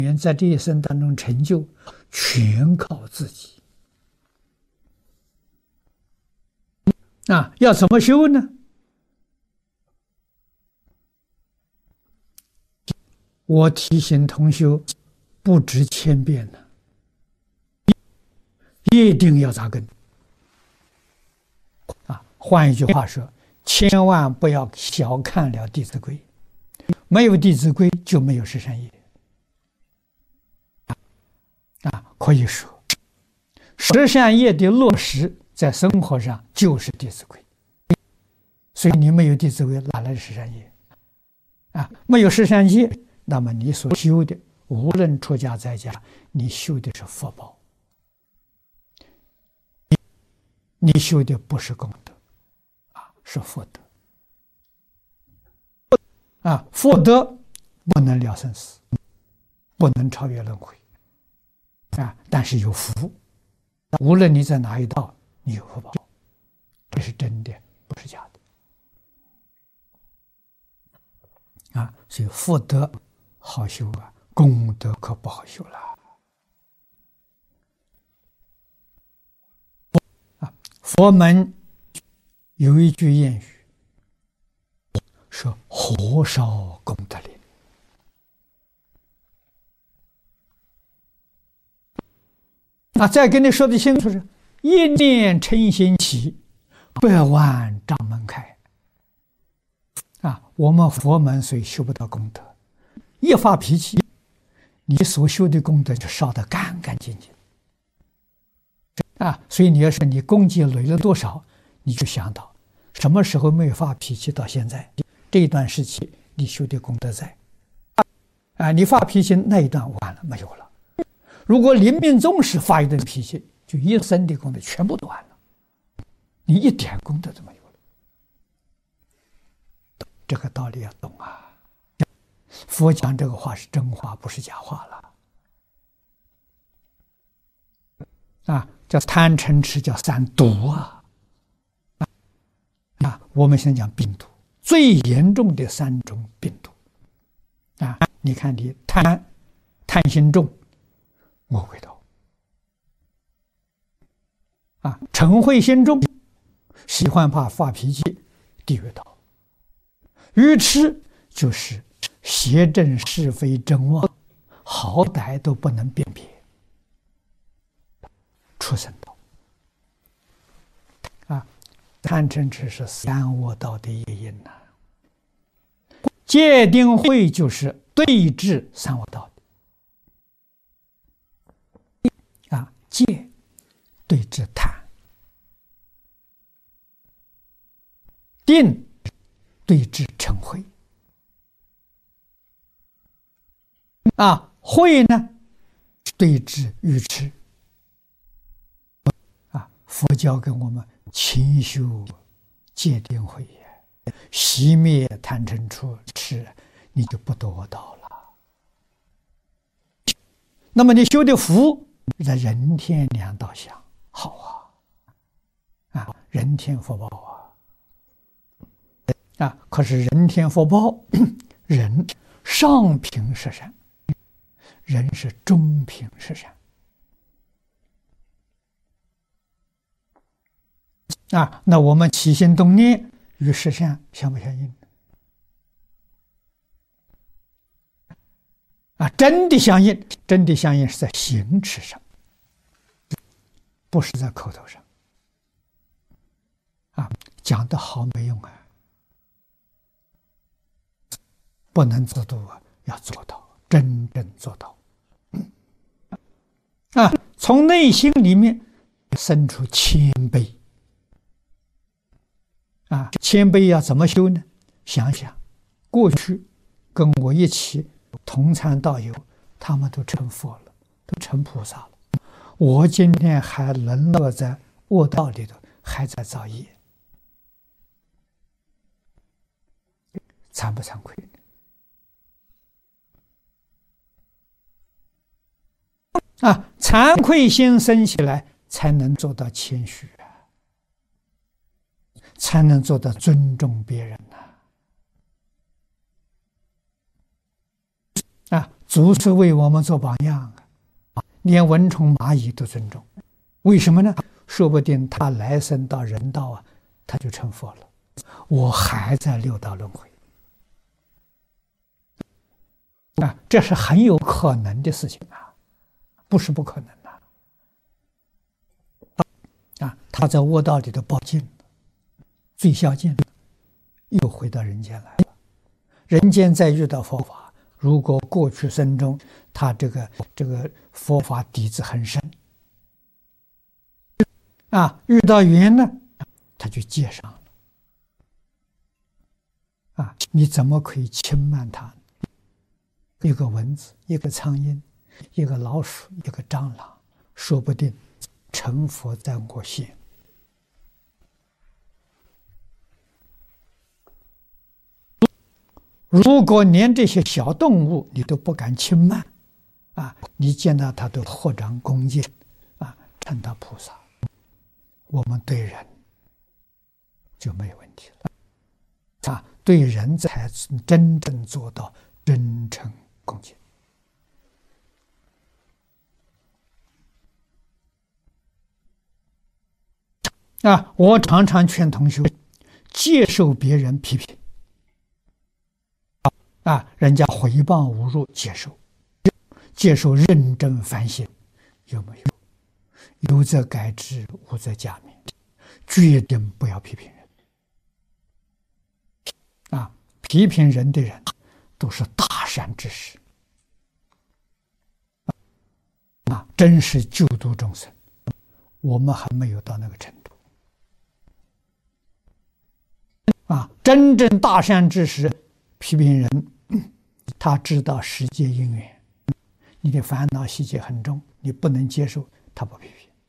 人在这一生当中成就，全靠自己。要怎么修呢？我提醒同修不止1000遍了，一定要扎根。换一句话说，千万不要小看了《弟子规》，没有《弟子规》就没有十善业。可以说，十善业的落实在生活上就是《弟子规》。所以你没有《弟子规》，哪来的十善业？没有十善业，那么你所修的，无论出家在家，你修的是福报，你修的不是功德，是福德。福德不能了生死，不能超越轮回，但是有福，无论你在哪一道，你有福报，这是真的，不是假的。所以福德好修功德可不好修了。佛门有一句谚语说：“火烧功德林。”再跟你说的清楚是：一念嗔心起，100万障门开。我们佛门虽修不到功德，一发脾气，你所修的功德就烧得干干净净。所以你要是你功绩累了多少，你就想到什么时候没有发脾气到现在这一段时期，你修的功德在。你发脾气那一段完了，没有了。如果临命终时发一顿脾气，就一生的功德全部都完了，你一点功德都没有了。这个道理要懂佛讲这个话是真话，不是假话了。叫贪嗔痴，叫三毒我们先讲病毒，最严重的3种病毒。你看你贪心重，魔鬼道；嗔恚心重，喜欢发脾气，地狱道；愚痴就是邪正是非真妄，好歹都不能辨别，畜生道。贪嗔痴是三恶道的业因戒定慧就是对治三恶道的。戒对治贪，定对治嗔恚，慧呢对治愚痴。佛教跟我们勤修戒定慧，熄灭贪嗔痴，你就不堕恶道了。那么你修的福在人天两道相好人天福报可是人天福报，人上品是善，人是中品是善。那我们起心动念与实相相不相应？真的相应，真的相应是在行持上，不是在口头上。讲得好没用不能自度要做到，真正做到。从内心里面生出谦卑。谦卑要怎么修呢？想想过去跟我一起同参道友，他们都成佛了，都成菩萨了，我今天还沦落在恶道里头，还在造业，惭不惭愧呢？惭愧心生起来，才能做到谦虚才能做到尊重别人祖师为我们做榜样啊，连蚊虫蚂蚁都尊重。为什么呢？说不定他来生到人道啊，他就成佛了。我还在六道轮回啊，这是很有可能的事情啊，不是不可能啊。他在卧道里头报尽，最孝尽，又回到人间来了。人间再遇到佛法，如果过去生中他这个佛法底子很深啊，遇到缘呢，他就接上了啊。你怎么可以轻慢他？一个蚊子，一个苍蝇，一个老鼠，一个蟑螂，说不定成佛在我心。如果连这些小动物你都不敢轻慢啊，你见到他都合掌恭敬啊，称他菩萨，我们对人就没有问题了啊，对人才真正做到真诚恭敬啊。我常常劝同学接受别人批评啊，人家诽谤侮辱，接受认真反省，有没有？有则改之，无则加勉，决定不要批评人啊！批评人的人都是大善之士啊，真是救度众生。我们还没有到那个程度啊！真正大善之士批评人，他知道世界因缘，你的烦恼习气很重，你不能接受，他不批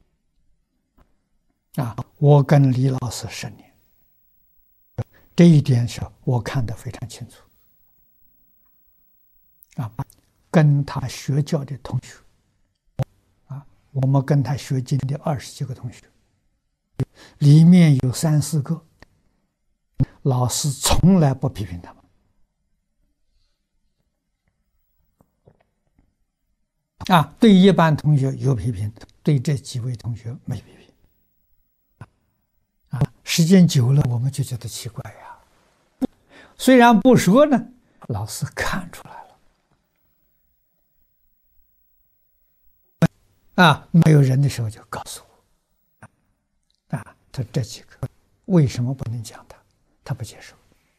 评啊。我跟李老师10年，这一点是我看得非常清楚啊。跟他学教的同学啊，我们跟他学经的20几个同学，里面有3、4个老师从来不批评他们啊，对一般同学有批评，对这几位同学没批评啊。时间久了，我们就觉得奇怪呀。虽然不说呢，老师看出来了啊。没有人的时候就告诉我啊，他这几个为什么不能讲他？他不接受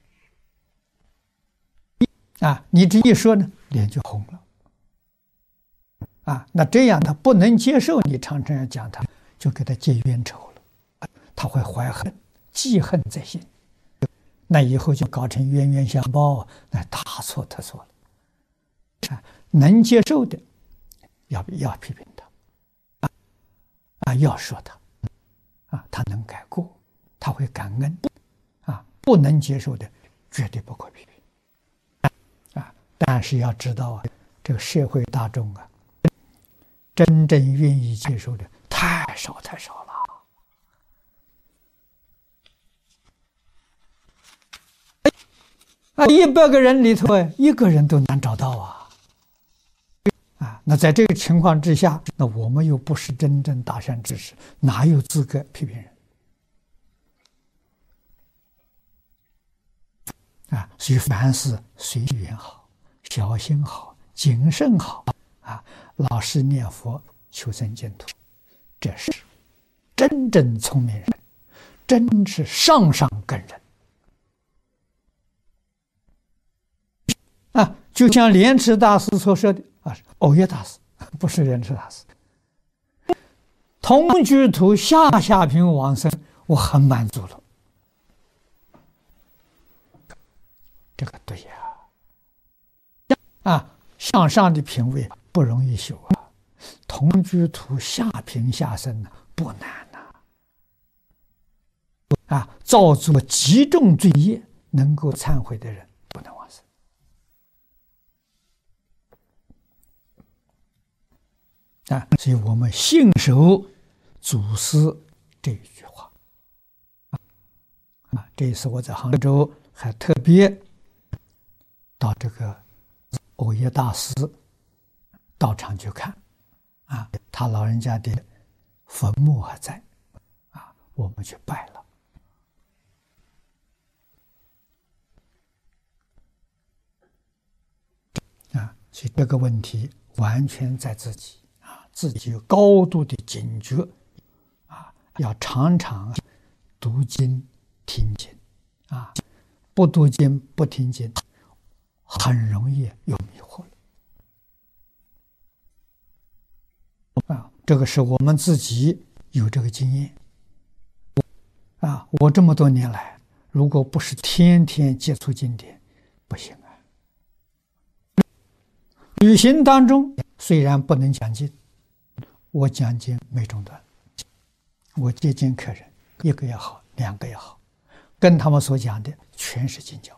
啊。你这一说呢，脸就红了。啊，那这样他不能接受你常常要讲他，就给他结冤仇了，他会怀恨，记恨在心，那以后就搞成冤冤相报，那大错特错了。啊，能接受的要批评他，啊，要说他，啊，他能改过，他会感恩，啊，不能接受的绝对不可批评，啊，但是要知道啊，这个社会大众啊。真正愿意接受的太少太少了啊！100个人里头1个人都难找到啊！那在这个情况之下，那我们又不是真正大善之士，哪有资格批评人啊？所以凡事随缘好，小心好，谨慎好啊！老实念佛，求生净土，这是真正聪明人，真是上根人啊！就像莲池大师所说的啊，藕益大师不是莲池大师。同居土下品往生，我很满足了。这个对呀，啊，向上的品位不容易修啊。同居土下品下生呢，不难啊！造作极重罪业，能够忏悔的人不能往生啊！所以我们信守祖师这一句话啊！这一次我在杭州还特别到这个藕益大师到场去看，他老人家的坟墓还在，我们去拜了。所以这个问题完全在自己自己有高度的警觉要常常读经听经不读经不听经，很容易有迷惑了这个是我们自己有这个经验我这么多年来，如果不是天天接触经典，不行旅行当中虽然不能讲经，我讲经没中断，我接近客人1个也好2个也好，跟他们所讲的全是经教，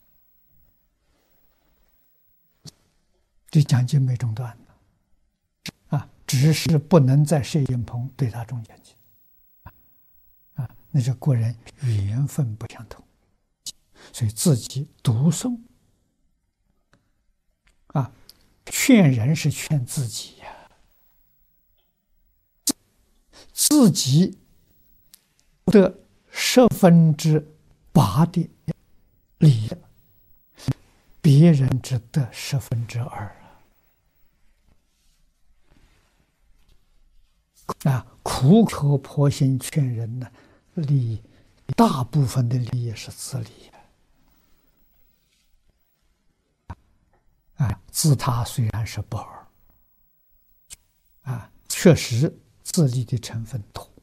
这讲经没中断只是不能在摄影棚对大众讲经那是个人缘分不相同，所以自己读诵劝人是劝自己自己得8%的利益，别人只得2%苦口婆心劝人呢，利益大部分的利益是自利自他虽然是不二确实自利的成分多